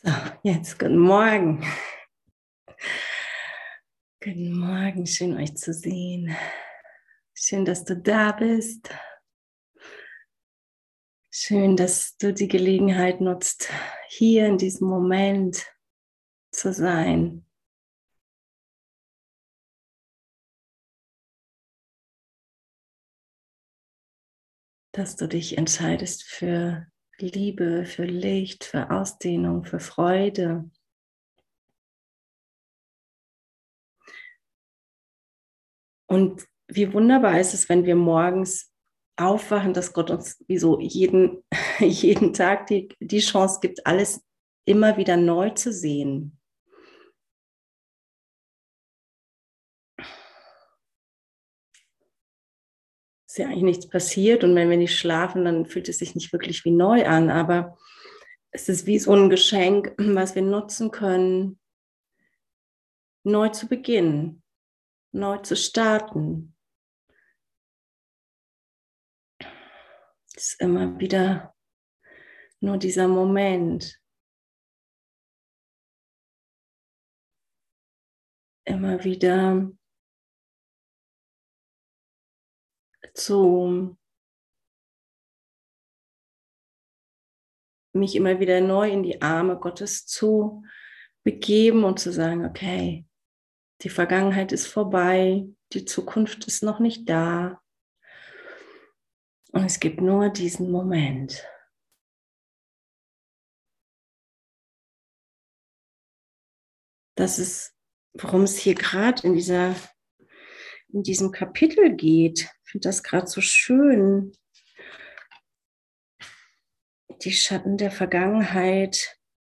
So, jetzt guten Morgen. Guten Morgen, schön euch zu sehen. Schön, dass du da bist. Schön, dass du die Gelegenheit nutzt, hier in diesem Moment zu sein. Dass du dich entscheidest für Liebe, für Licht, für Ausdehnung, für Freude. Und wie wunderbar ist es, wenn wir morgens aufwachen, dass Gott uns wie so jeden Tag die Chance gibt, alles immer wieder neu zu sehen. Ist ja eigentlich nichts passiert und wenn wir nicht schlafen, dann fühlt es sich nicht wirklich wie neu an, aber es ist wie so ein Geschenk, was wir nutzen können, neu zu beginnen, neu zu starten. Es ist immer wieder nur dieser Moment, immer wieder zu mich immer wieder neu in die Arme Gottes zu begeben und zu sagen, okay, die Vergangenheit ist vorbei, die Zukunft ist noch nicht da und es gibt nur diesen Moment. Das ist, worum es hier gerade in diesem Kapitel geht. Ich finde das gerade so schön. Die Schatten der Vergangenheit,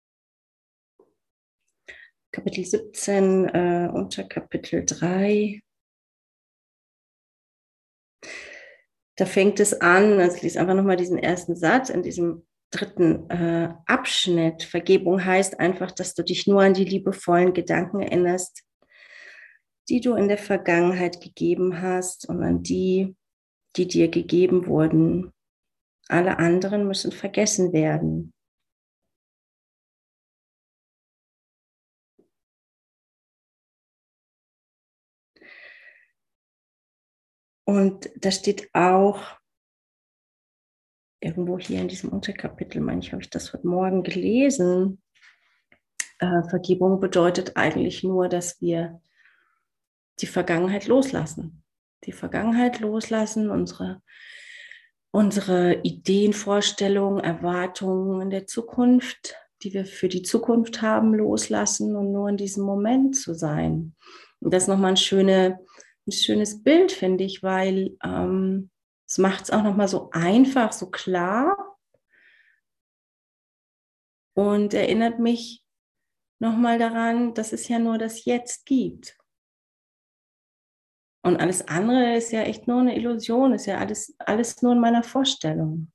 Kapitel 17, unter Kapitel 3. Da fängt es an, also ich lese einfach nochmal diesen ersten Satz in diesem dritten Abschnitt. Vergebung heißt einfach, dass du dich nur an die liebevollen Gedanken erinnerst, die du in der Vergangenheit gegeben hast und an die, die dir gegeben wurden. Alle anderen müssen vergessen werden. Und da steht auch irgendwo hier in diesem Unterkapitel, manchmal habe ich das heute Morgen gelesen, Vergebung bedeutet eigentlich nur, dass wir die Vergangenheit loslassen. Die Vergangenheit loslassen, unsere Ideen, Vorstellungen, Erwartungen in der Zukunft, die wir für die Zukunft haben, loslassen und nur in diesem Moment zu sein. Und das ist nochmal ein schönes Bild, finde ich, weil es macht es auch nochmal so einfach, so klar und erinnert mich nochmal daran, dass es ja nur das Jetzt gibt. Und alles andere ist ja echt nur eine Illusion, ist ja alles nur in meiner Vorstellung.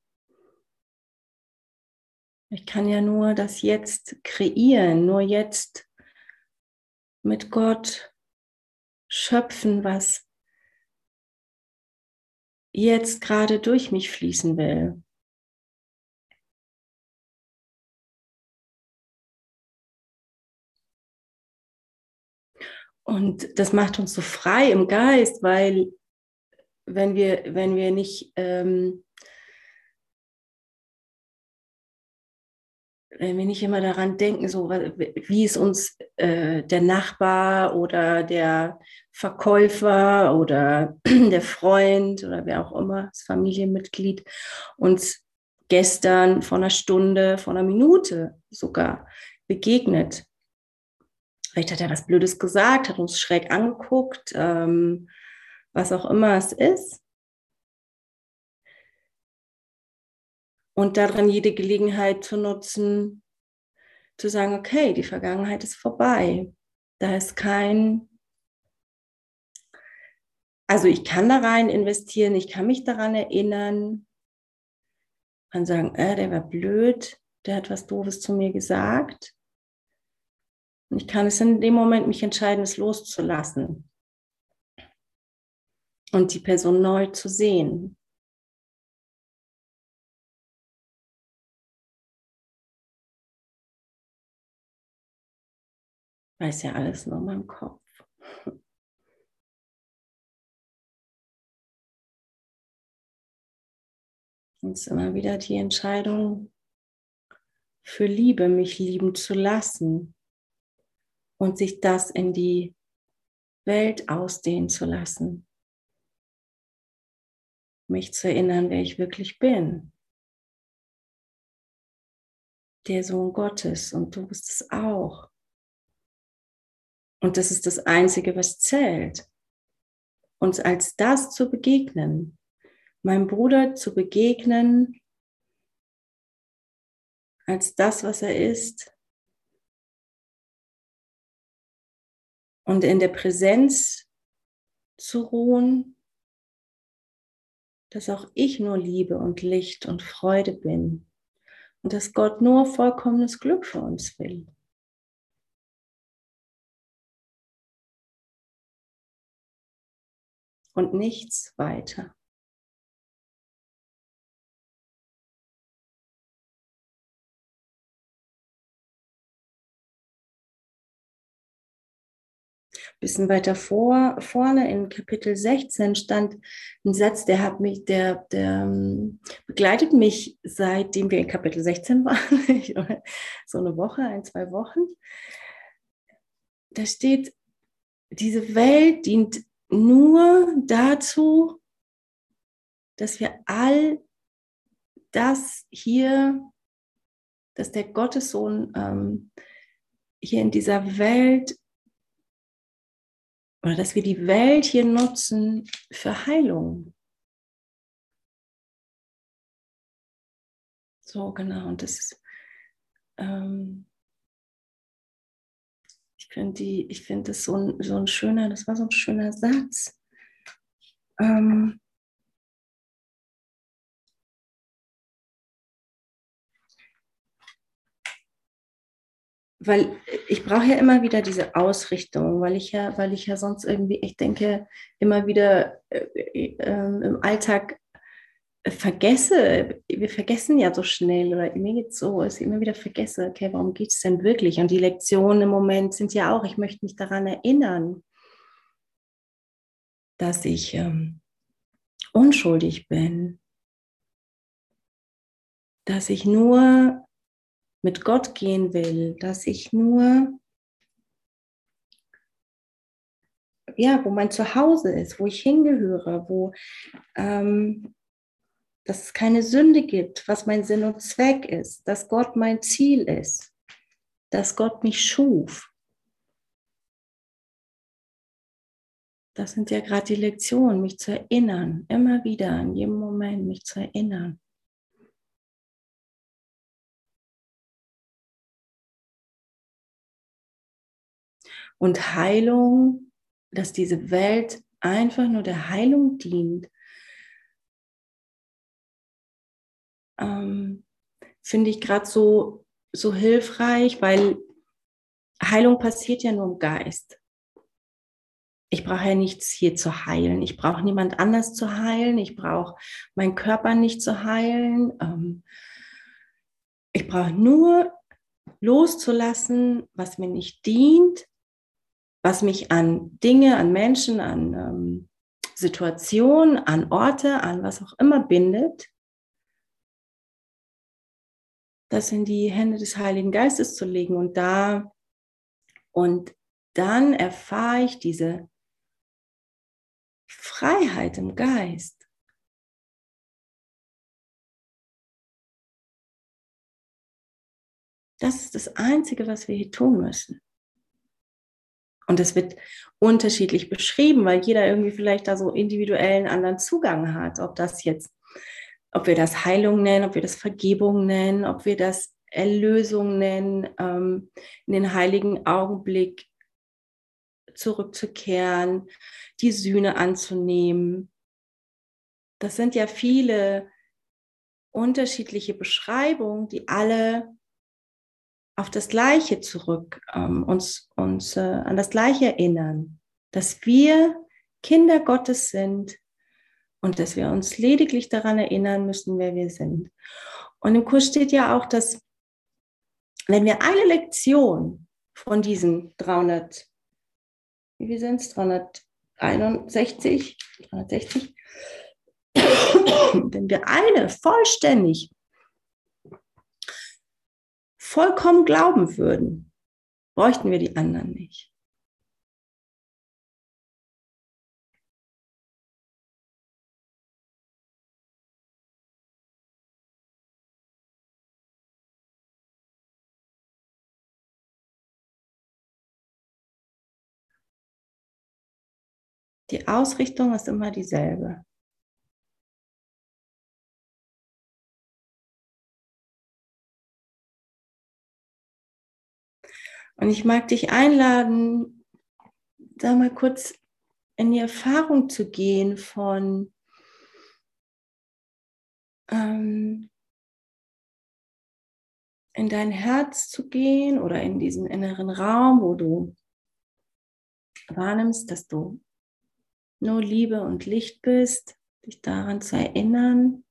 Ich kann ja nur das Jetzt kreieren, nur jetzt mit Gott schöpfen, was jetzt gerade durch mich fließen will. Und das macht uns so frei im Geist, weil wenn wir nicht wenn wir nicht immer daran denken, so wie es uns der Nachbar oder der Verkäufer oder der Freund oder wer auch immer, das Familienmitglied, uns gestern vor einer Stunde, vor einer Minute sogar begegnet. Vielleicht hat er was Blödes gesagt, hat uns schräg angeguckt, was auch immer es ist. Und darin jede Gelegenheit zu nutzen, zu sagen, okay, die Vergangenheit ist vorbei. Da ist also ich kann da rein investieren, ich kann mich daran erinnern, kann sagen, der war blöd, der hat was Doofes zu mir gesagt. Und ich kann es in dem Moment mich entscheiden, es loszulassen und die Person neu zu sehen. Weiß ja alles nur in meinem Kopf. Und es ist immer wieder die Entscheidung für Liebe, mich lieben zu lassen und sich das in die Welt ausdehnen zu lassen. Mich zu erinnern, wer ich wirklich bin. Der Sohn Gottes, und du bist es auch. Und das ist das Einzige, was zählt. Uns als das zu begegnen, meinem Bruder zu begegnen, als das, was er ist. Und in der Präsenz zu ruhen, dass auch ich nur Liebe und Licht und Freude bin. Und dass Gott nur vollkommenes Glück für uns will. Und nichts weiter. Bisschen weiter vorne in Kapitel 16 stand ein Satz, der begleitet mich, seitdem wir in Kapitel 16 waren, so eine Woche, 2 Wochen. Da steht, diese Welt dient nur dazu, dass wir all das hier, dass der Gottessohn hier in dieser Welt, oder dass wir die Welt hier nutzen für Heilung. So, genau. Und das ist, ich finde das so ein schöner, das war so ein schöner Satz. Weil ich brauche ja immer wieder diese Ausrichtung, weil ich ja sonst irgendwie, ich denke, immer wieder im Alltag vergesse, wir vergessen ja so schnell, oder mir geht es so, dass ich immer wieder vergesse, okay, worum geht es denn wirklich? Und die Lektionen im Moment sind ja auch, ich möchte mich daran erinnern, dass ich unschuldig bin, dass ich nur mit Gott gehen will, dass ich nur, ja, wo mein Zuhause ist, wo ich hingehöre, dass es keine Sünde gibt, was mein Sinn und Zweck ist, dass Gott mein Ziel ist, dass Gott mich schuf. Das sind ja gerade die Lektionen, mich zu erinnern, immer wieder, in jedem Moment mich zu erinnern. Und Heilung, dass diese Welt einfach nur der Heilung dient, finde ich gerade so hilfreich, weil Heilung passiert ja nur im Geist. Ich brauche ja nichts hier zu heilen. Ich brauche niemand anders zu heilen. Ich brauche meinen Körper nicht zu heilen. Ich brauche nur loszulassen, was mir nicht dient, was mich an Dinge, an Menschen, an Situationen, an Orte, an was auch immer bindet. Das in die Hände des Heiligen Geistes zu legen. Und dann erfahre ich diese Freiheit im Geist. Das ist das Einzige, was wir hier tun müssen. Und das wird unterschiedlich beschrieben, weil jeder irgendwie vielleicht da so individuellen anderen Zugang hat. Ob wir das Heilung nennen, ob wir das Vergebung nennen, ob wir das Erlösung nennen, in den heiligen Augenblick zurückzukehren, die Sühne anzunehmen. Das sind ja viele unterschiedliche Beschreibungen, die alle auf das Gleiche uns an das Gleiche erinnern, dass wir Kinder Gottes sind und dass wir uns lediglich daran erinnern müssen, wer wir sind. Und im Kurs steht ja auch, dass wenn wir eine Lektion von diesen 300, wie viel sind es? 361, 360. Wenn wir alle vollständig, vollkommen glauben würden, bräuchten wir die anderen nicht. Die Ausrichtung ist immer dieselbe. Und ich mag dich einladen, da mal kurz in die Erfahrung zu gehen von in dein Herz zu gehen oder in diesen inneren Raum, wo du wahrnimmst, dass du nur Liebe und Licht bist, dich daran zu erinnern,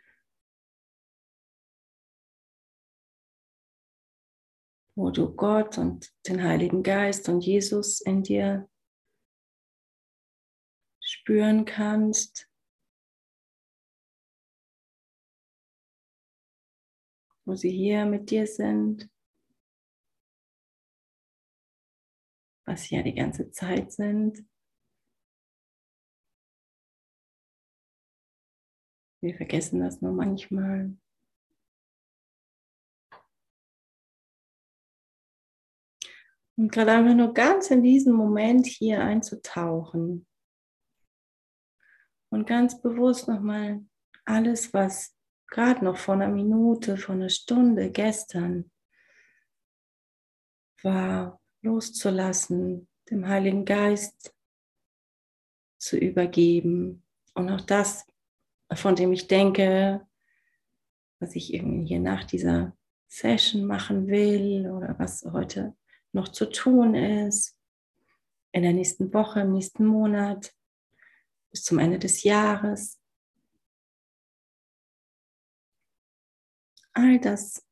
wo du Gott und den Heiligen Geist und Jesus in dir spüren kannst, wo sie hier mit dir sind, was sie ja die ganze Zeit sind. Wir vergessen das nur manchmal. Und gerade einfach nur ganz in diesen Moment hier einzutauchen und ganz bewusst nochmal alles, was gerade noch vor einer Minute, vor einer Stunde, gestern war, loszulassen, dem Heiligen Geist zu übergeben. Und auch das, von dem ich denke, was ich irgendwie hier nach dieser Session machen will oder was heute noch zu tun ist, in der nächsten Woche, im nächsten Monat, bis zum Ende des Jahres. All das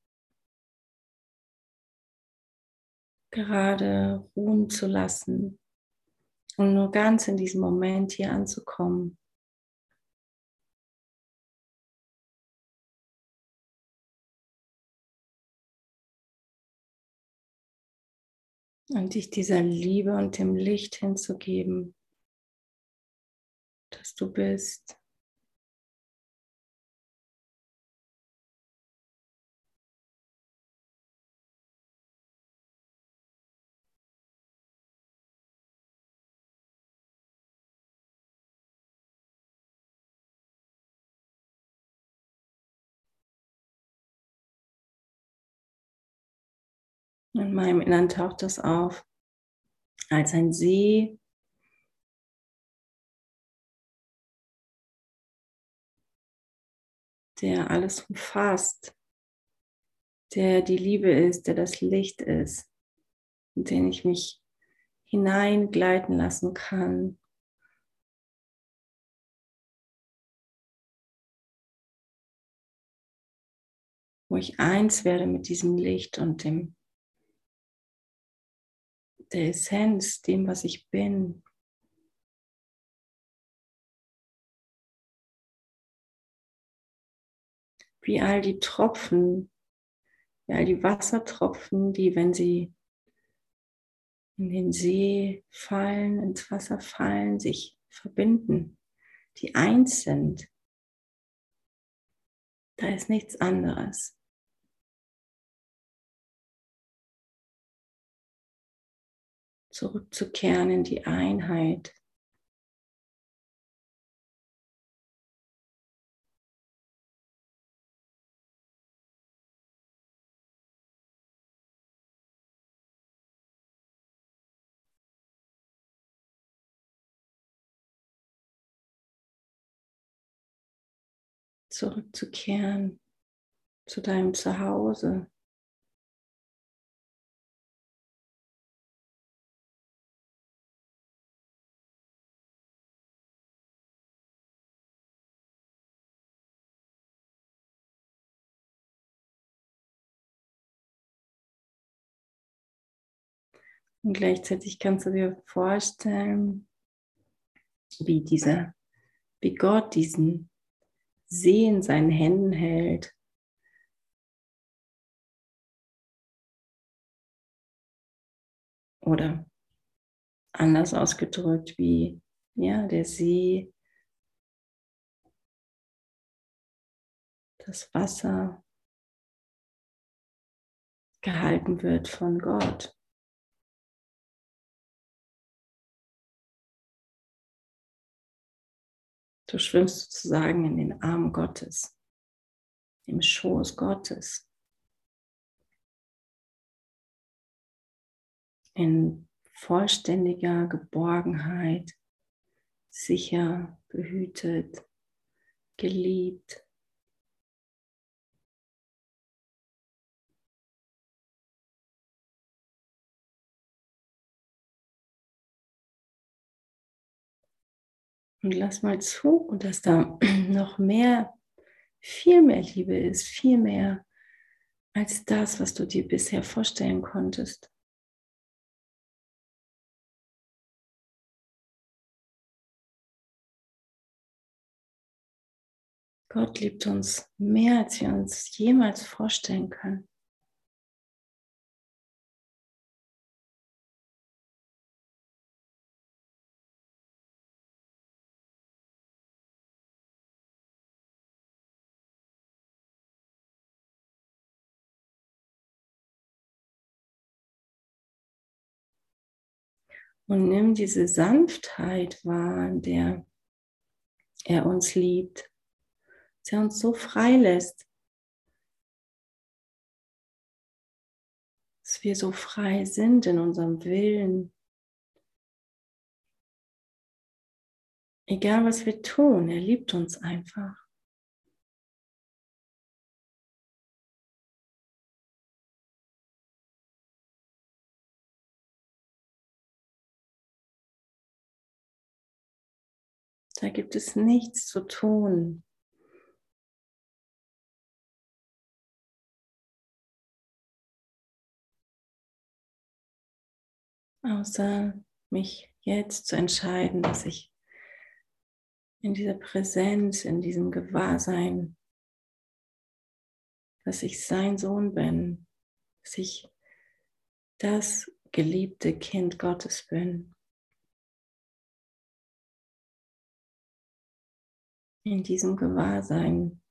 gerade ruhen zu lassen und nur ganz in diesem Moment hier anzukommen. Und dich dieser Liebe und dem Licht hinzugeben, das du bist. In meinem Innern taucht das auf als ein See, der alles umfasst, der die Liebe ist, der das Licht ist, in den ich mich hineingleiten lassen kann. Wo ich eins werde mit diesem Licht und der Essenz, dem, was ich bin. Wie all die Tropfen, wie all die Wassertropfen, die, wenn sie in den See fallen, ins Wasser fallen, sich verbinden, die eins sind. Da ist nichts anderes. Zurückzukehren in die Einheit. Zurückzukehren zu deinem Zuhause. Und gleichzeitig kannst du dir vorstellen, wie Gott diesen See in seinen Händen hält. Oder anders ausgedrückt, wie der See, das Wasser gehalten wird von Gott. Du schwimmst sozusagen in den Armen Gottes, im Schoß Gottes, in vollständiger Geborgenheit, sicher, behütet, geliebt. Und lass mal zu, dass da noch mehr, viel mehr Liebe ist, viel mehr als das, was du dir bisher vorstellen konntest. Gott liebt uns mehr, als wir uns jemals vorstellen können. Und nimm diese Sanftheit wahr, in der er uns liebt, dass er uns so frei lässt, dass wir so frei sind in unserem Willen. Egal was wir tun, er liebt uns einfach. Da gibt es nichts zu tun, außer mich jetzt zu entscheiden, dass ich in dieser Präsenz, in diesem Gewahrsein, dass ich sein Sohn bin, dass ich das geliebte Kind Gottes bin. In diesem Gewahrsein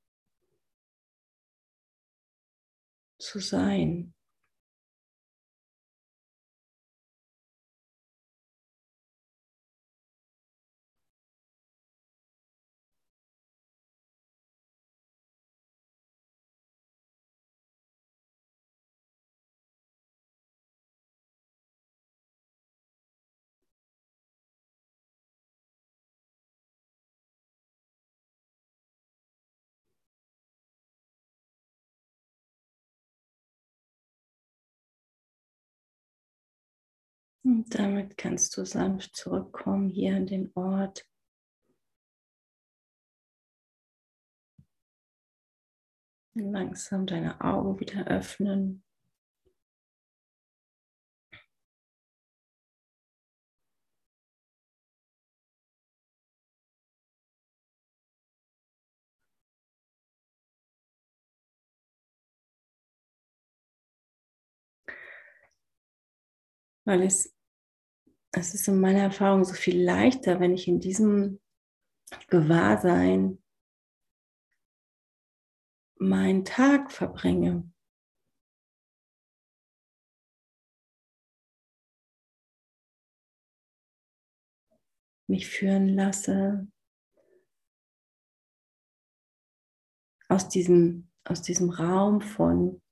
zu sein. Und damit kannst du sanft zurückkommen hier an den Ort. Langsam deine Augen wieder öffnen. Weil es ist in meiner Erfahrung so viel leichter, wenn ich in diesem Gewahrsein meinen Tag verbringe. Mich führen lasse aus diesem Raum von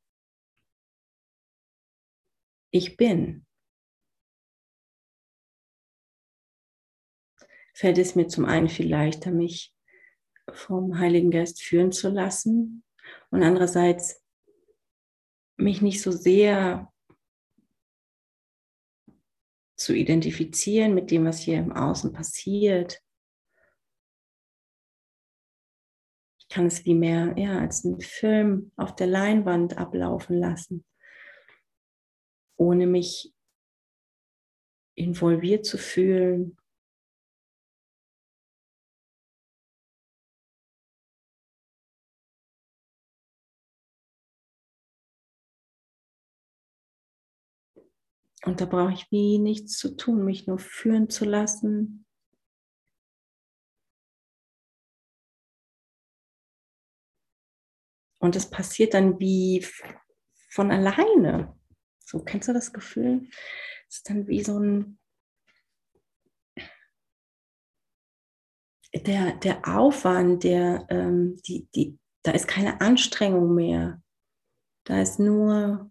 ich bin. Fällt es mir zum einen viel leichter, mich vom Heiligen Geist führen zu lassen und andererseits mich nicht so sehr zu identifizieren mit dem, was hier im Außen passiert. Ich kann es wie mehr als einen Film auf der Leinwand ablaufen lassen, ohne mich involviert zu fühlen. Und da brauche ich wie nichts zu tun, mich nur führen zu lassen. Und es passiert dann wie von alleine. So, kennst du das Gefühl? Es ist dann wie so ein, der Aufwand, da ist keine Anstrengung mehr. Da ist nur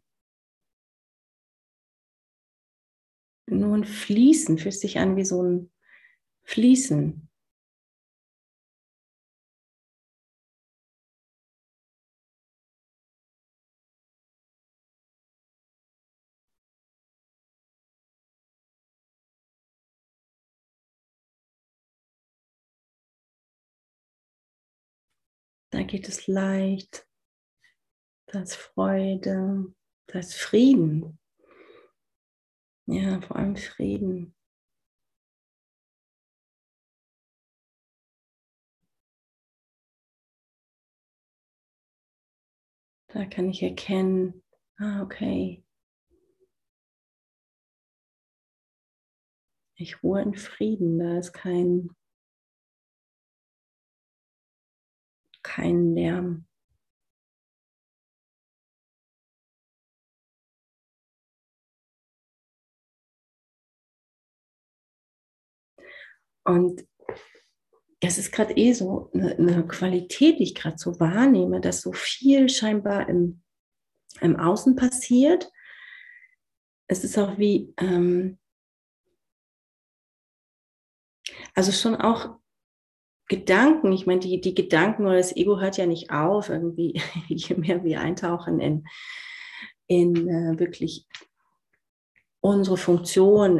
ein Fließen, fühlt sich an wie so ein Fließen. Da geht es leicht, da ist Freude, da ist Frieden. Ja, vor allem Frieden. Da kann ich erkennen, okay, ich ruhe in Frieden, da ist kein Lärm. Und es ist gerade so eine Qualität, die ich gerade so wahrnehme, dass so viel scheinbar im Außen passiert. Es ist auch wie, also schon auch Gedanken, ich meine, die Gedanken oder das Ego hört ja nicht auf, irgendwie, je mehr wir eintauchen in wirklich unsere Funktion,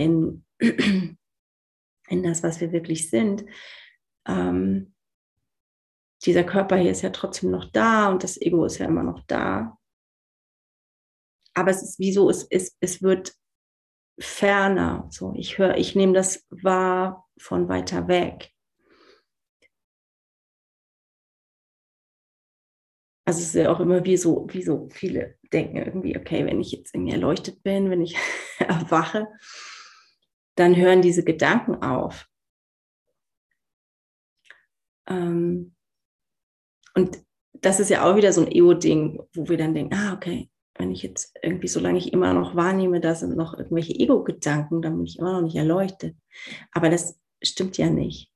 in das, was wir wirklich sind. Dieser Körper hier ist ja trotzdem noch da und das Ego ist ja immer noch da. Aber es ist wie so, es wird ferner. So, ich nehme das wahr von weiter weg. Also es ist ja auch immer wie so viele denken irgendwie, okay, wenn ich jetzt irgendwie erleuchtet bin, wenn ich erwache, dann hören diese Gedanken auf. Und das ist ja auch wieder so ein Ego-Ding, wo wir dann denken, okay, wenn ich jetzt irgendwie, solange ich immer noch wahrnehme, da sind noch irgendwelche Ego-Gedanken, dann bin ich immer noch nicht erleuchtet. Aber das stimmt ja nicht.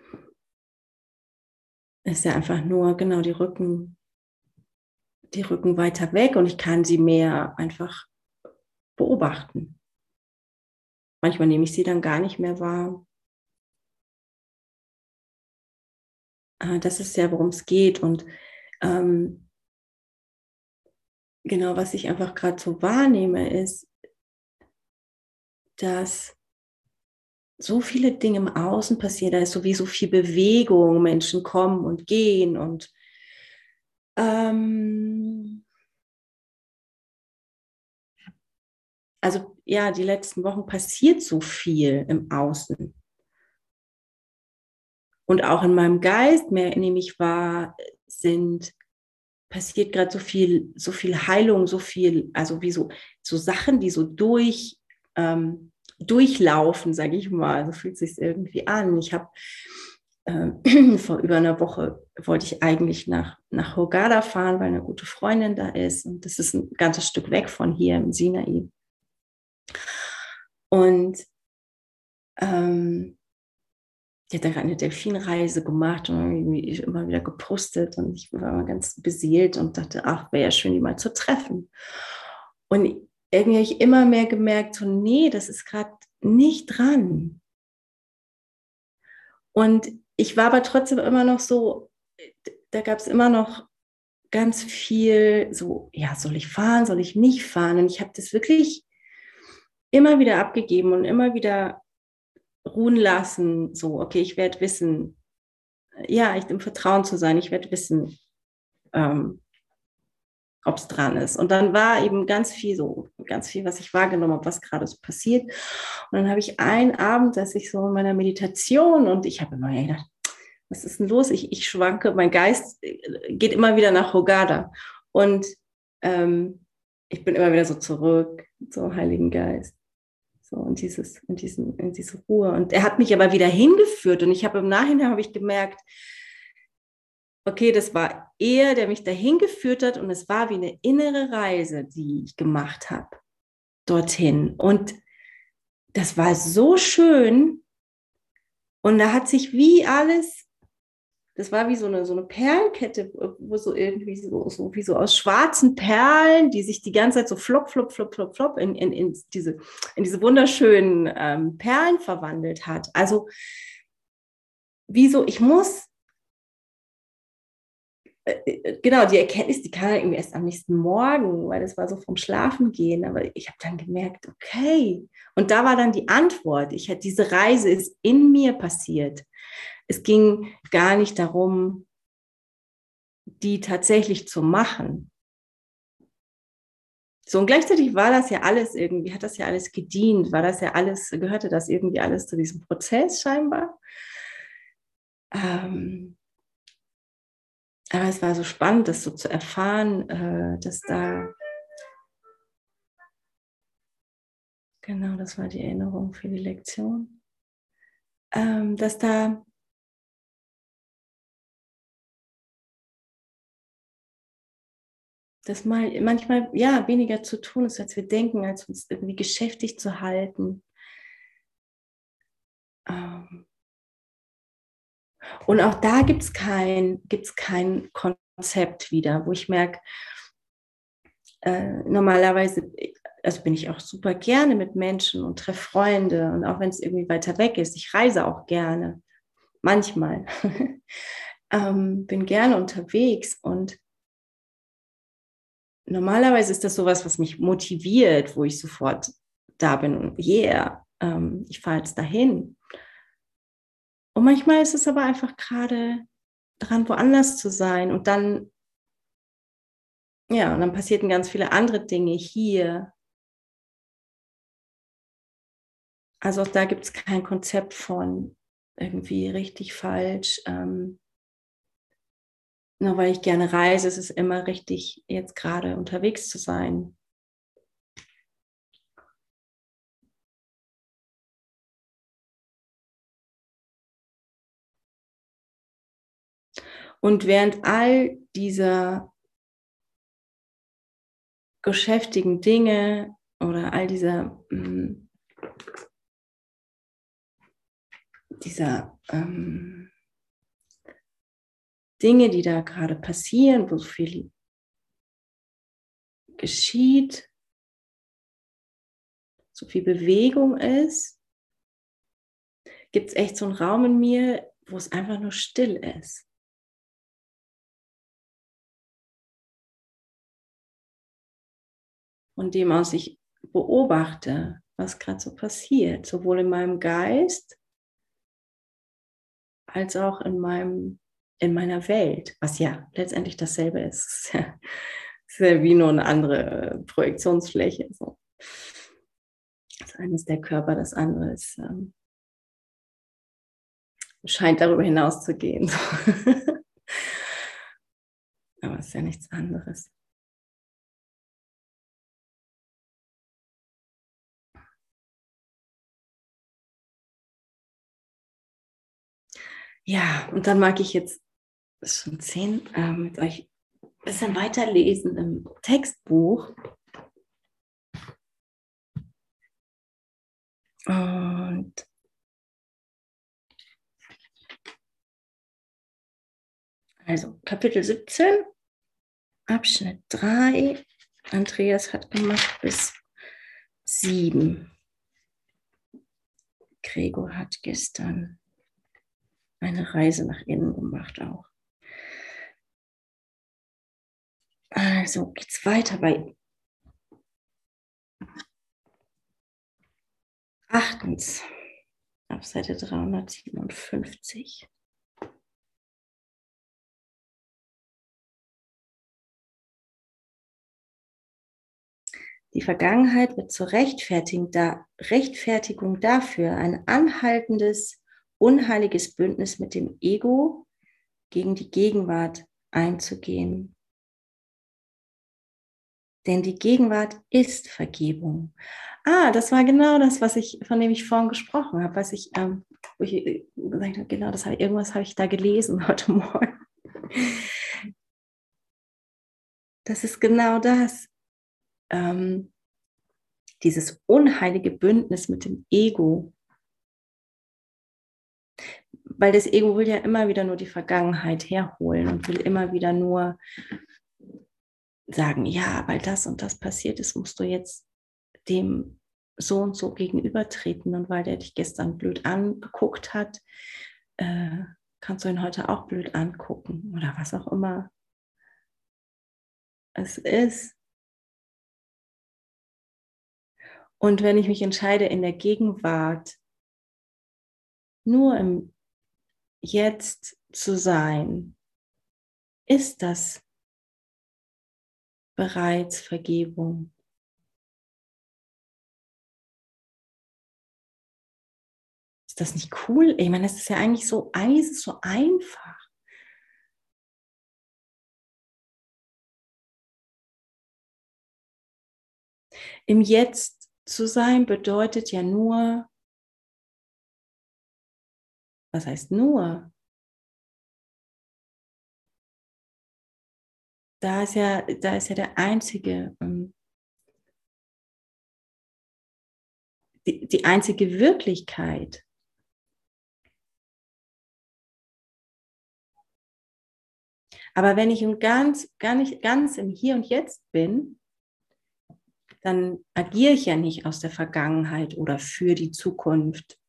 Es ist ja einfach nur, genau, die Rücken weiter weg und ich kann sie mehr einfach beobachten. Manchmal nehme ich sie dann gar nicht mehr wahr. Das ist ja, worum es geht. Und genau, was ich einfach gerade so wahrnehme, ist, dass so viele Dinge im Außen passieren, da ist sowieso viel Bewegung, Menschen kommen und gehen und also ja, die letzten Wochen passiert so viel im Außen. Und auch in meinem Geist, mehr nehme ich wahr, passiert gerade so viel Heilung, so viel, also wie so Sachen, die so durchlaufen, sage ich mal. So fühlt es sich irgendwie an. Ich habe vor über einer Woche wollte ich eigentlich nach Hurghada fahren, weil eine gute Freundin da ist. Und das ist ein ganzes Stück weg von hier im Sinai. Und die hat dann gerade eine Delfinreise gemacht und irgendwie immer wieder gepostet und ich war immer ganz beseelt und dachte, ach, wäre ja schön, die mal zu treffen. Und irgendwie habe ich immer mehr gemerkt, so, nee, das ist gerade nicht dran. Und ich war aber trotzdem immer noch so, da gab es immer noch ganz viel so, ja, soll ich fahren, soll ich nicht fahren? Und ich habe das wirklich immer wieder abgegeben und immer wieder ruhen lassen, so, okay, ich werde wissen, ja, ich im Vertrauen zu sein, ich werde wissen, ob es dran ist. Und dann war eben ganz viel, was ich wahrgenommen habe, was gerade so passiert. Und dann habe ich einen Abend, dass ich so in meiner Meditation und ich habe immer gedacht, was ist denn los? Ich schwanke, mein Geist geht immer wieder nach Hoggadah. Und ich bin immer wieder so zurück, so Heiligen Geist. So in diese Ruhe. Und er hat mich aber wieder hingeführt. Und ich habe im Nachhinein habe ich gemerkt, okay, das war er, der mich dahin geführt hat. Und es war wie eine innere Reise, die ich gemacht habe dorthin. Und das war so schön. Und da hat sich wie alles, das war wie so eine Perlenkette, wo so irgendwie so wie so aus schwarzen Perlen, die sich die ganze Zeit so flop, flop, flop, flop, flop in diese wunderschönen Perlen verwandelt hat. Also wie so, ich muss, genau, die Erkenntnis, die kam irgendwie erst am nächsten Morgen, weil das war so vom Schlafengehen. Aber ich habe dann gemerkt, okay. Und da war dann die Antwort. Diese Reise ist in mir passiert. Es ging gar nicht darum, die tatsächlich zu machen. So, und gleichzeitig war das ja alles irgendwie, hat das ja alles gedient, gehörte das irgendwie alles zu diesem Prozess scheinbar. Aber es war so spannend, das so zu erfahren, dass da, genau, das war die Erinnerung für die Lektion, dass da dass manchmal ja weniger zu tun ist, als wir denken, als uns irgendwie beschäftigt zu halten. Und auch da gibt's kein Konzept wieder, wo ich merke, normalerweise, also bin ich auch super gerne mit Menschen und treffe Freunde und auch wenn es irgendwie weiter weg ist, ich reise auch gerne, manchmal, bin gerne unterwegs und normalerweise ist das sowas, was mich motiviert, wo ich sofort da bin und yeah, ich fahre jetzt dahin. Und manchmal ist es aber einfach gerade dran, woanders zu sein und dann, ja, und dann passierten ganz viele andere Dinge hier. Also auch da gibt es kein Konzept von irgendwie richtig, falsch. Nur weil ich gerne reise, ist es immer richtig, jetzt gerade unterwegs zu sein. Und während all dieser geschäftigen Dinge oder all dieser Dinge, die da gerade passieren, wo so viel geschieht, so viel Bewegung ist, gibt es echt so einen Raum in mir, wo es einfach nur still ist. Und dem aus ich beobachte, was gerade so passiert, sowohl in meinem Geist als auch in meiner Welt, was ja letztendlich dasselbe ist. Es ist ja wie nur eine andere Projektionsfläche. So. Das eine ist der Körper, das andere ist, scheint darüber hinaus zu gehen. Aber es ist ja nichts anderes. Ja, und dann mag ich jetzt, das ist schon 10, mit euch ein bisschen weiterlesen im Textbuch. Und also Kapitel 17, Abschnitt 3. Andreas hat gemacht bis 7. Gregor hat gestern eine Reise nach innen gemacht auch. Also geht's weiter bei 8. Auf Seite 357. Die Vergangenheit wird zur Rechtfertigung dafür, ein anhaltendes, unheiliges Bündnis mit dem Ego gegen die Gegenwart einzugehen. Denn die Gegenwart ist Vergebung. Das war genau das, von dem ich vorhin gesprochen habe, wo ich gesagt habe, genau, irgendwas habe ich da gelesen heute Morgen. Das ist genau das. Dieses unheilige Bündnis mit dem Ego. Weil das Ego will ja immer wieder nur die Vergangenheit herholen und will immer wieder nur sagen, ja, weil das und das passiert ist, musst du jetzt dem so und so gegenübertreten. Und weil der dich gestern blöd angeguckt hat, kannst du ihn heute auch blöd angucken oder was auch immer es ist. Und wenn ich mich entscheide, in der Gegenwart nur im Jetzt zu sein, ist das bereits Vergebung. Ist das nicht cool? Ich meine, das ist ja eigentlich so einfach. Im Jetzt zu sein bedeutet ja nur, was heißt nur? Da ist ja der einzige, die einzige Wirklichkeit. Aber wenn ich gar nicht ganz im Hier und Jetzt bin, dann agiere ich ja nicht aus der Vergangenheit oder für die Zukunft.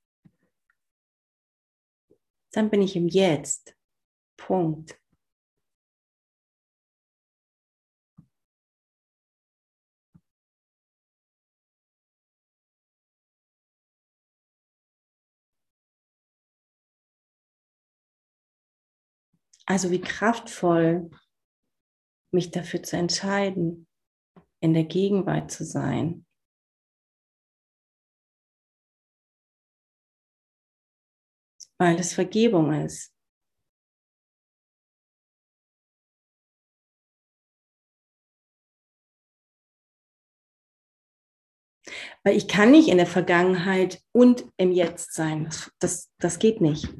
Dann bin ich im Jetzt. Punkt. Also wie kraftvoll, mich dafür zu entscheiden, in der Gegenwart zu sein. Weil es Vergebung ist. Weil ich kann nicht in der Vergangenheit und im Jetzt sein. Das geht nicht.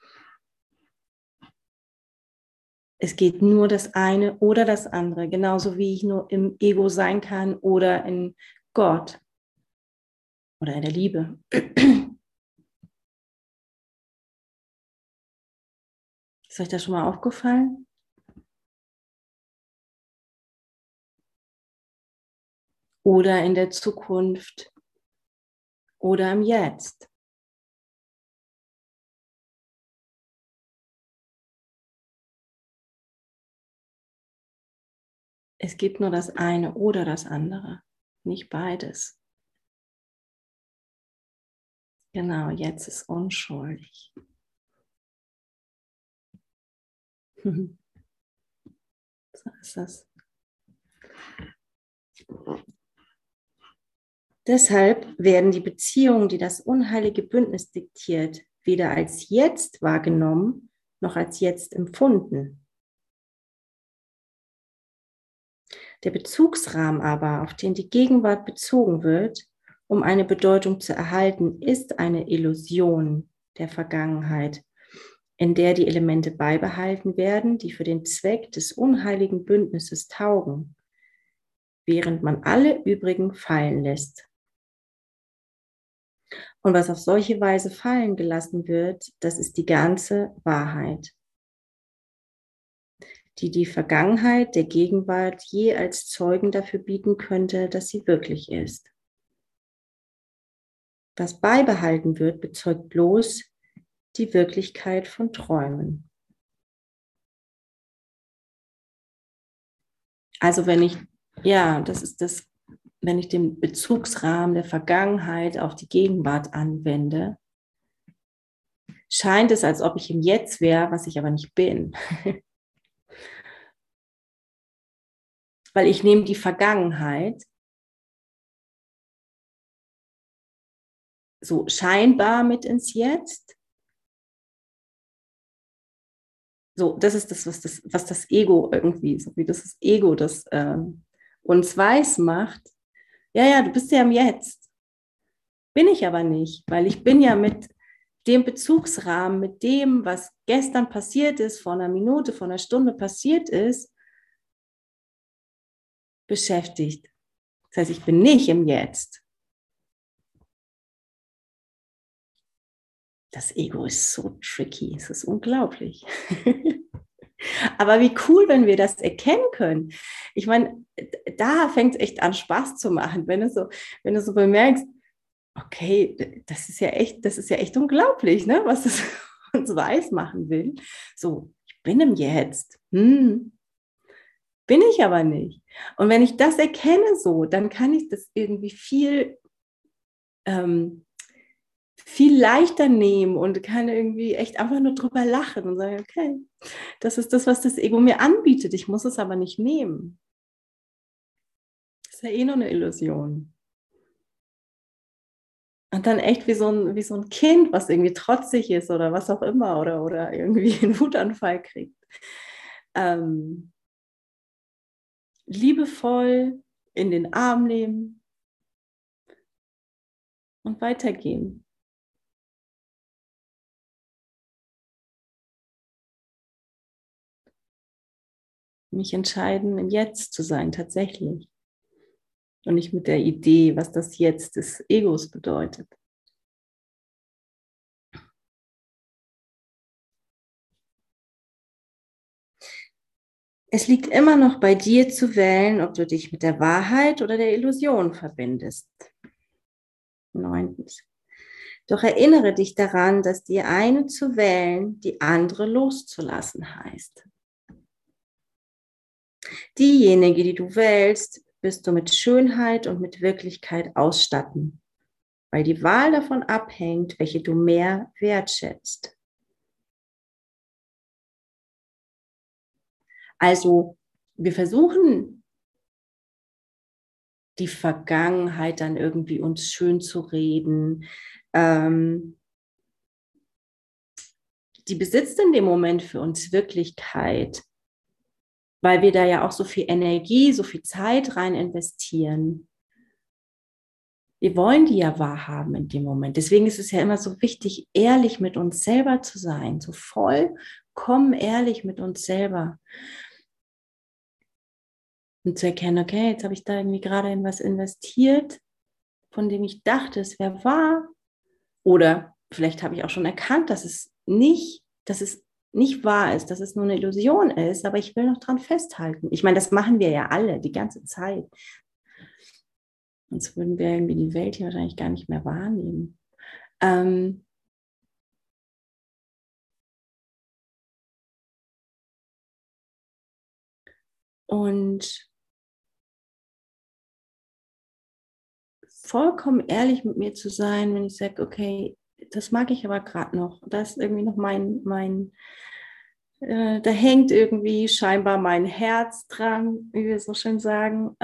Es geht nur das eine oder das andere. Genauso wie ich nur im Ego sein kann oder in Gott oder in der Liebe. Ist euch das schon mal aufgefallen? Oder in der Zukunft oder im Jetzt. Es gibt nur das eine oder das andere, nicht beides. Genau, jetzt ist unschuldig. So ist das. Deshalb werden die Beziehungen, die das unheilige Bündnis diktiert, weder als jetzt wahrgenommen noch als jetzt empfunden. Der Bezugsrahmen aber, auf den die Gegenwart bezogen wird, um eine Bedeutung zu erhalten, ist eine Illusion der Vergangenheit, in der die Elemente beibehalten werden, die für den Zweck des unheiligen Bündnisses taugen, während man alle übrigen fallen lässt. Und was auf solche Weise fallen gelassen wird, das ist die ganze Wahrheit, die die Vergangenheit der Gegenwart je als Zeugen dafür bieten könnte, dass sie wirklich ist. Was beibehalten wird, bezeugt bloß die Wirklichkeit von Träumen. Also wenn ich den Bezugsrahmen der Vergangenheit auf die Gegenwart anwende, scheint es, als ob ich im Jetzt wäre, was ich aber nicht bin. Weil ich nehme die Vergangenheit so scheinbar mit ins Jetzt. So, das ist das, was das Ego irgendwie, so wie das Ego das uns weiß macht. Ja, ja, du bist ja im Jetzt. Bin ich aber nicht, weil ich bin ja mit dem Bezugsrahmen, mit dem, was gestern passiert ist, vor einer Minute, vor einer Stunde passiert ist, beschäftigt. Das heißt, ich bin nicht im Jetzt. Das Ego ist so tricky, es ist unglaublich. Aber wie cool, wenn wir das erkennen können. Ich meine, da fängt es echt an, Spaß zu machen, wenn du so bemerkst, okay, das ist ja echt unglaublich, ne, was das uns weiß machen will. So, ich bin im Jetzt. Bin ich aber nicht. Und wenn ich das erkenne so, dann kann ich das irgendwie ähm, viel leichter nehmen und kann irgendwie echt einfach nur drüber lachen und sagen, okay, das ist das, was das Ego mir anbietet. Ich muss es aber nicht nehmen. Das ist ja eh nur eine Illusion. Und dann echt wie so ein Kind, was irgendwie trotzig ist oder was auch immer oder irgendwie einen Wutanfall kriegt. Ähm, liebevoll in den Arm nehmen und weitergehen. Mich entscheiden, im Jetzt zu sein, tatsächlich. Und nicht mit der Idee, was das Jetzt des Egos bedeutet. Es liegt immer noch bei dir zu wählen, ob du dich mit der Wahrheit oder der Illusion verbindest. 9. Doch erinnere dich daran, dass die eine zu wählen, die andere loszulassen heißt. Diejenige, die du wählst, wirst du mit Schönheit und mit Wirklichkeit ausstatten, weil die Wahl davon abhängt, welche du mehr wertschätzt. Also wir versuchen, die Vergangenheit dann irgendwie uns schön zu reden. Die besitzt in dem Moment für uns Wirklichkeit, weil wir da ja auch so viel Energie, so viel Zeit rein investieren. Wir wollen die ja wahrhaben in dem Moment. Deswegen ist es ja immer so wichtig, ehrlich mit uns selber zu sein, so vollkommen ehrlich mit uns selber. Und zu erkennen, okay, jetzt habe ich da irgendwie gerade in was investiert, von dem ich dachte, es wäre wahr. Oder vielleicht habe ich auch schon erkannt, dass es nicht wahr ist, dass es nur eine Illusion ist, aber ich will noch dran festhalten. Ich meine, das machen wir ja alle die ganze Zeit. Sonst würden wir irgendwie die Welt hier wahrscheinlich gar nicht mehr wahrnehmen. Ähm, und vollkommen ehrlich mit mir zu sein, wenn ich sage, okay, das mag ich aber gerade noch. Da ist irgendwie noch da hängt irgendwie scheinbar mein Herz dran, wie wir so schön sagen.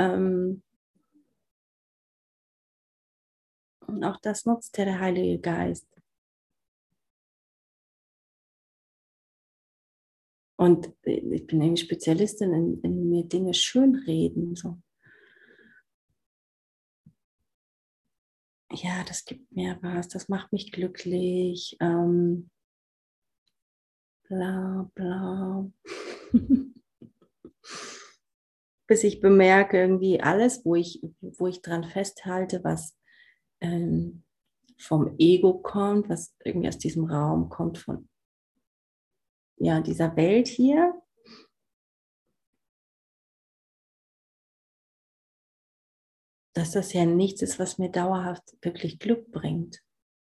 Und auch das nutzt ja der Heilige Geist. Und ich bin irgendwie Spezialistin in mir Dinge schönreden. So. Ja, das gibt mir was, das macht mich glücklich. Bla bla. Bis ich bemerke, irgendwie alles, wo ich dran festhalte, was ähm, vom Ego kommt, was irgendwie aus diesem Raum kommt, von ja, dieser Welt hier, dass das ja nichts ist, was mir dauerhaft wirklich Glück bringt.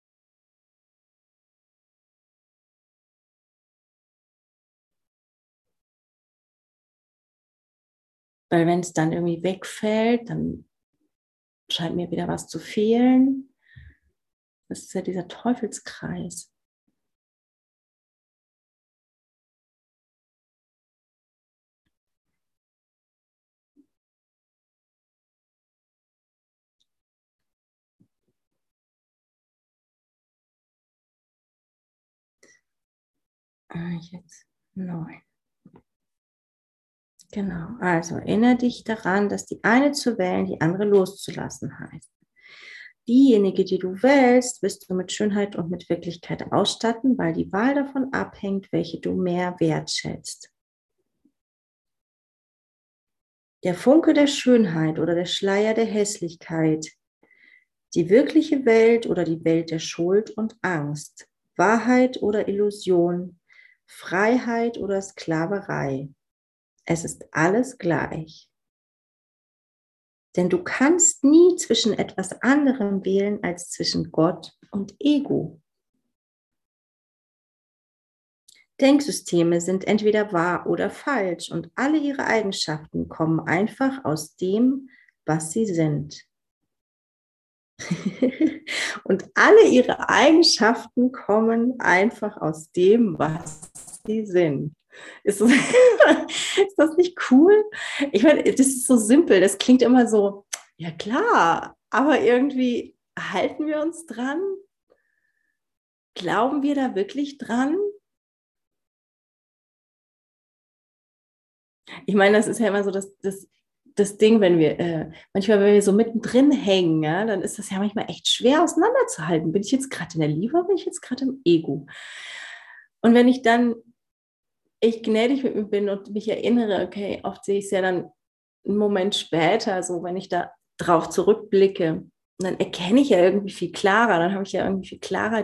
Weil wenn es dann irgendwie wegfällt, dann scheint mir wieder was zu fehlen. Das ist ja dieser Teufelskreis. Jetzt 9. Genau, also erinnere dich daran, dass die eine zu wählen, die andere loszulassen heißt. Diejenige, die du wählst, wirst du mit Schönheit und mit Wirklichkeit ausstatten, weil die Wahl davon abhängt, welche du mehr wertschätzt. Der Funke der Schönheit oder der Schleier der Hässlichkeit, die wirkliche Welt oder die Welt der Schuld und Angst, Wahrheit oder Illusion, Freiheit oder Sklaverei. Es ist alles gleich. Denn du kannst nie zwischen etwas anderem wählen als zwischen Gott und Ego. Denksysteme sind entweder wahr oder falsch und alle ihre Eigenschaften kommen einfach aus dem, was sie sind. Und alle ihre Eigenschaften kommen einfach aus dem, was sie sind. Ist das, ist das nicht cool? Ich meine, das ist so simpel, das klingt immer so, ja klar, aber irgendwie halten wir uns dran? Glauben wir da wirklich dran? Ich meine, das ist ja immer so das Ding, wenn wir, manchmal, wenn wir so mittendrin hängen, ja, dann ist das ja manchmal echt schwer auseinanderzuhalten. Bin ich jetzt gerade in der Liebe oder bin ich jetzt gerade im Ego? Und wenn ich dann echt gnädig mit mir bin und mich erinnere, okay, oft sehe ich es ja dann einen Moment später, so wenn ich da drauf zurückblicke, dann erkenne ich ja irgendwie viel klarer, dann habe ich ja irgendwie viel klarer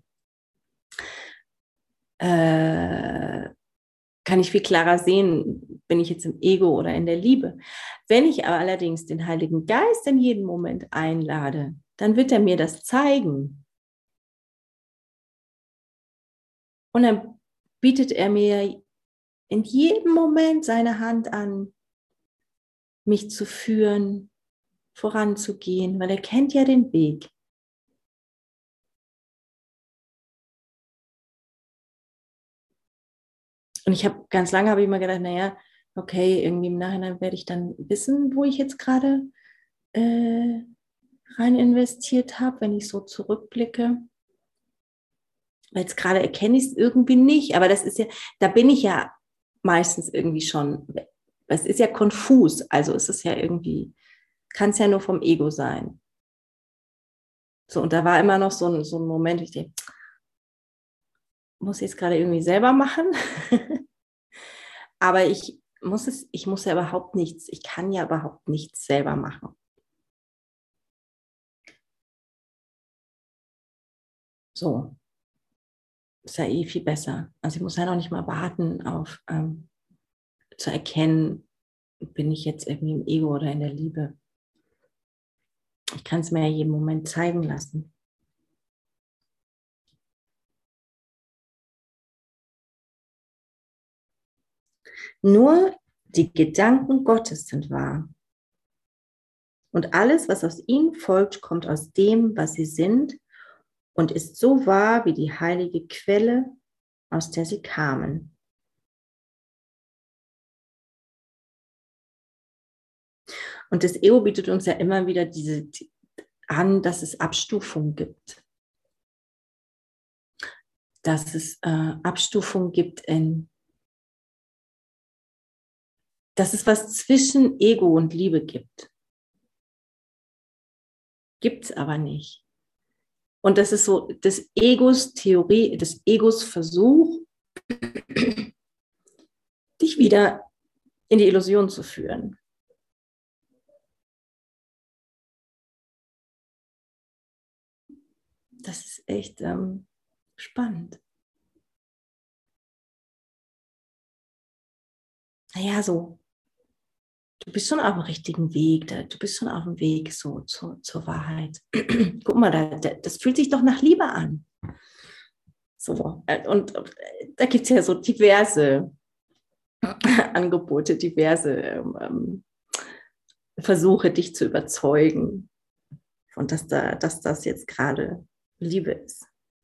äh, kann ich viel klarer sehen, bin ich jetzt im Ego oder in der Liebe. Wenn ich aber allerdings den Heiligen Geist in jedem Moment einlade, dann wird er mir das zeigen. Und dann bietet er mir in jedem Moment seine Hand an, mich zu führen, voranzugehen, weil er kennt ja den Weg. Und ganz lange habe ich immer gedacht, naja, okay, irgendwie im Nachhinein werde ich dann wissen, wo ich jetzt gerade rein investiert habe, wenn ich so zurückblicke. Weil jetzt gerade erkenne ich es irgendwie nicht, aber das ist ja, da bin ich ja meistens irgendwie schon, es ist ja konfus, also es ist ja irgendwie, kann es ja nur vom Ego sein. So, und da war immer noch so ein Moment, ich denke, muss ich es gerade irgendwie selber machen, aber ich muss ja überhaupt nichts, ich kann ja überhaupt nichts selber machen. So, ist ja eh viel besser. Also ich muss ja noch nicht mal warten auf zu erkennen, bin ich jetzt irgendwie im Ego oder in der Liebe. Ich kann es mir ja jeden Moment zeigen lassen. Nur die Gedanken Gottes sind wahr. Und alles, was aus ihnen folgt, kommt aus dem, was sie sind und ist so wahr wie die heilige Quelle, aus der sie kamen. Und das Ego bietet uns ja immer wieder an, dass es Abstufungen gibt. Dass es Abstufungen gibt dass es was zwischen Ego und Liebe gibt. Gibt es aber nicht. Und das ist so des Egos Theorie, des Egos Versuch, dich wieder in die Illusion zu führen. Das ist echt spannend. Naja, so, du bist schon auf dem richtigen Weg, du bist schon auf dem Weg so zur Wahrheit. Guck mal, das fühlt sich doch nach Liebe an. So, und da gibt es ja so diverse Angebote, diverse Versuche, dich zu überzeugen, und dass das jetzt gerade Liebe ist.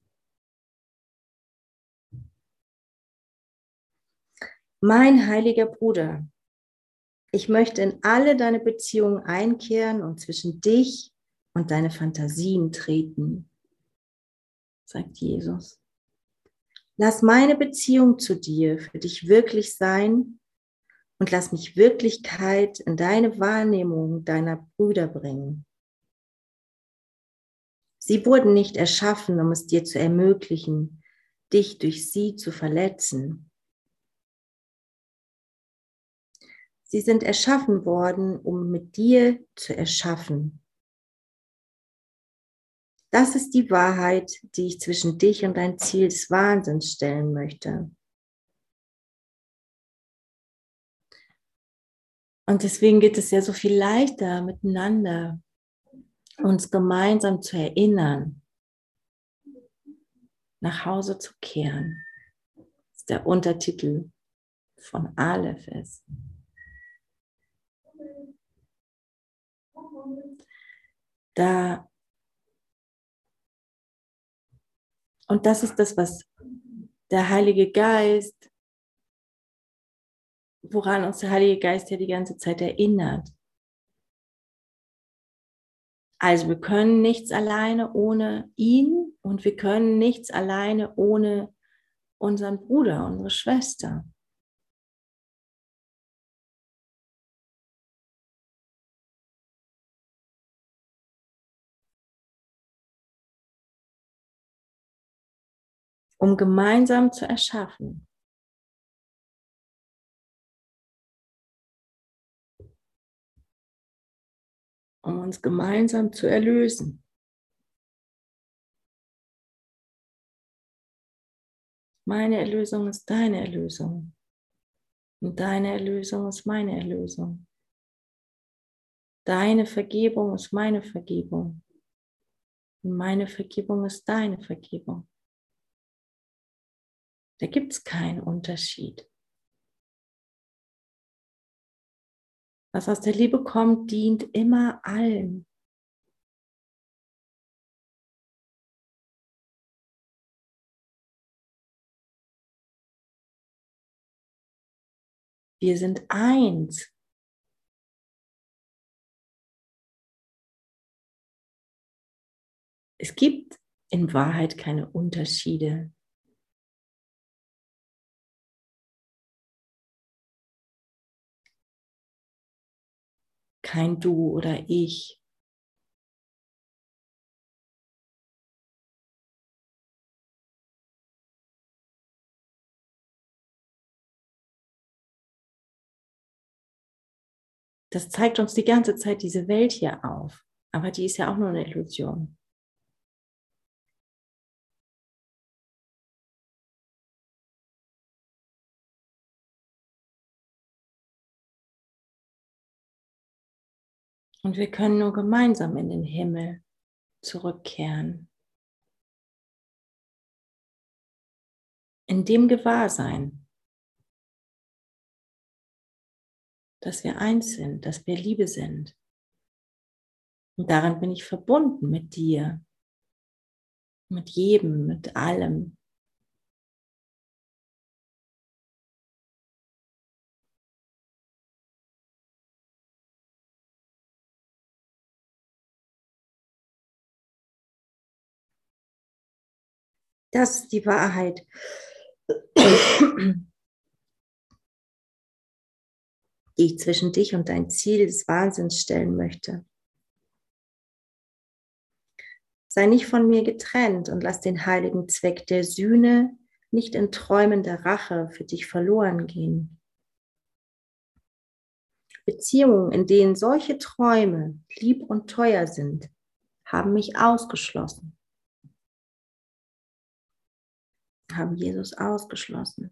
Mein heiliger Bruder, ich möchte in alle deine Beziehungen einkehren und zwischen dich und deine Fantasien treten, sagt Jesus. Lass meine Beziehung zu dir für dich wirklich sein und lass mich Wirklichkeit in deine Wahrnehmung deiner Brüder bringen. Sie wurden nicht erschaffen, um es dir zu ermöglichen, dich durch sie zu verletzen. Sie sind erschaffen worden, um mit dir zu erschaffen. Das ist die Wahrheit, die ich zwischen dich und dein Ziel des Wahnsinns stellen möchte. Und deswegen geht es ja so viel leichter miteinander, uns gemeinsam zu erinnern, nach Hause zu kehren. Das ist der Untertitel von Aleph ist. Und das ist das, was der Heilige Geist, woran uns der Heilige Geist ja die ganze Zeit erinnert. Also wir können nichts alleine ohne ihn und wir können nichts alleine ohne unseren Bruder, unsere Schwester. Um gemeinsam zu erschaffen. Um uns gemeinsam zu erlösen. Meine Erlösung ist deine Erlösung. Und deine Erlösung ist meine Erlösung. Deine Vergebung ist meine Vergebung. Und meine Vergebung ist deine Vergebung. Da gibt es keinen Unterschied. Was aus der Liebe kommt, dient immer allen. Wir sind eins. Es gibt in Wahrheit keine Unterschiede. Kein Du oder ich. Das zeigt uns die ganze Zeit diese Welt hier auf. Aber die ist ja auch nur eine Illusion. Und wir können nur gemeinsam in den Himmel zurückkehren. In dem Gewahrsein, dass wir eins sind, dass wir Liebe sind. Und daran bin ich verbunden mit dir, mit jedem, mit allem. Das ist die Wahrheit, die ich zwischen dich und dein Ziel des Wahnsinns stellen möchte. Sei nicht von mir getrennt und lass den heiligen Zweck der Sühne nicht in Träumen der Rache für dich verloren gehen. Beziehungen, in denen solche Träume lieb und teuer sind, haben mich ausgeschlossen, haben Jesus ausgeschlossen.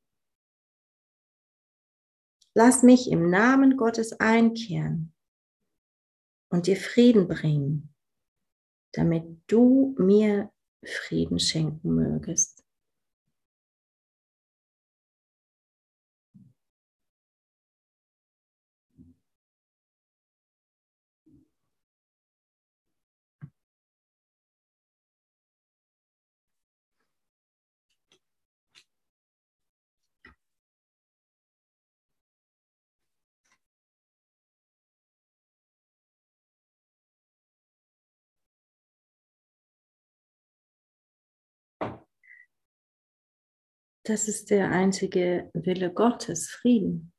Lass mich im Namen Gottes einkehren und dir Frieden bringen, damit du mir Frieden schenken mögest. Das ist der einzige Wille Gottes, Frieden.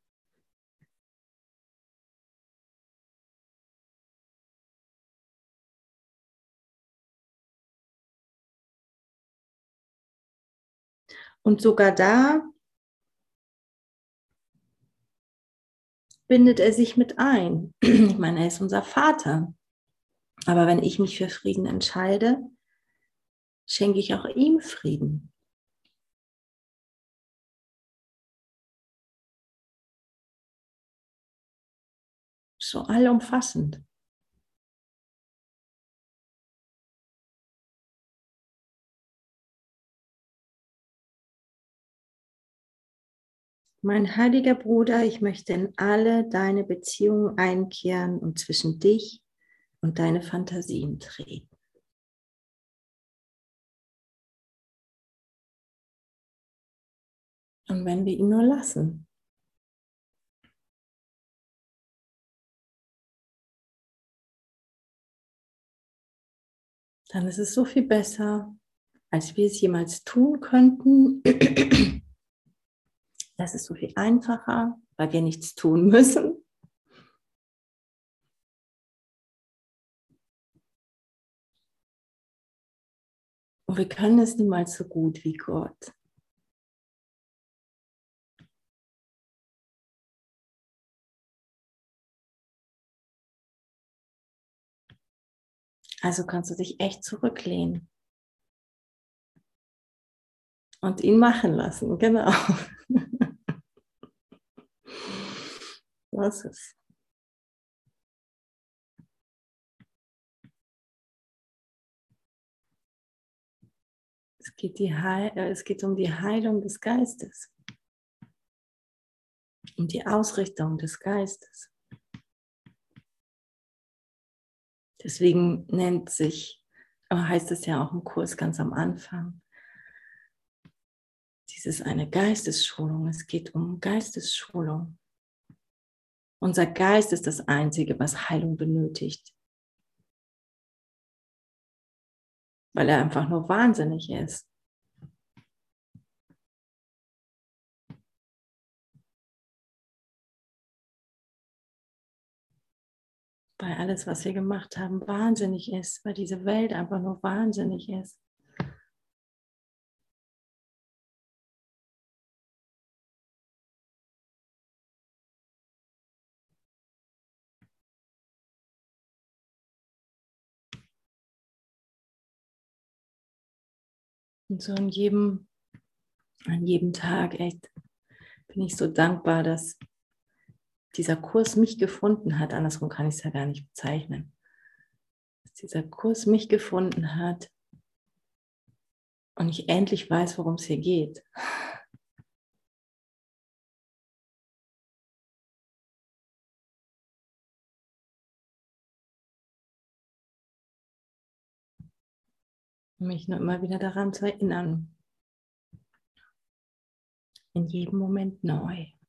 Und sogar da bindet er sich mit ein. Ich meine, er ist unser Vater. Aber wenn ich mich für Frieden entscheide, schenke ich auch ihm Frieden. So allumfassend. Mein heiliger Bruder, ich möchte in alle deine Beziehungen einkehren und zwischen dich und deine Fantasien treten. Und wenn wir ihn nur lassen, dann ist es so viel besser, als wir es jemals tun könnten. Das ist so viel einfacher, weil wir nichts tun müssen. Und wir können es niemals so gut wie Gott. Also kannst du dich echt zurücklehnen und ihn machen lassen, genau. Das ist. Es geht um die Heilung des Geistes, um die Ausrichtung des Geistes. Deswegen heißt es ja auch im Kurs ganz am Anfang, dies ist eine Geistesschulung. Es geht um Geistesschulung. Unser Geist ist das Einzige, was Heilung benötigt, weil er einfach nur wahnsinnig ist. Weil alles, was wir gemacht haben, wahnsinnig ist, weil diese Welt einfach nur wahnsinnig ist. Und so an jedem Tag echt bin ich so dankbar, dass dieser Kurs mich gefunden hat. Andersrum kann ich es ja gar nicht bezeichnen. Dass dieser Kurs mich gefunden hat und ich endlich weiß, worum es hier geht. Um mich nur immer wieder daran zu erinnern. In jedem Moment neu.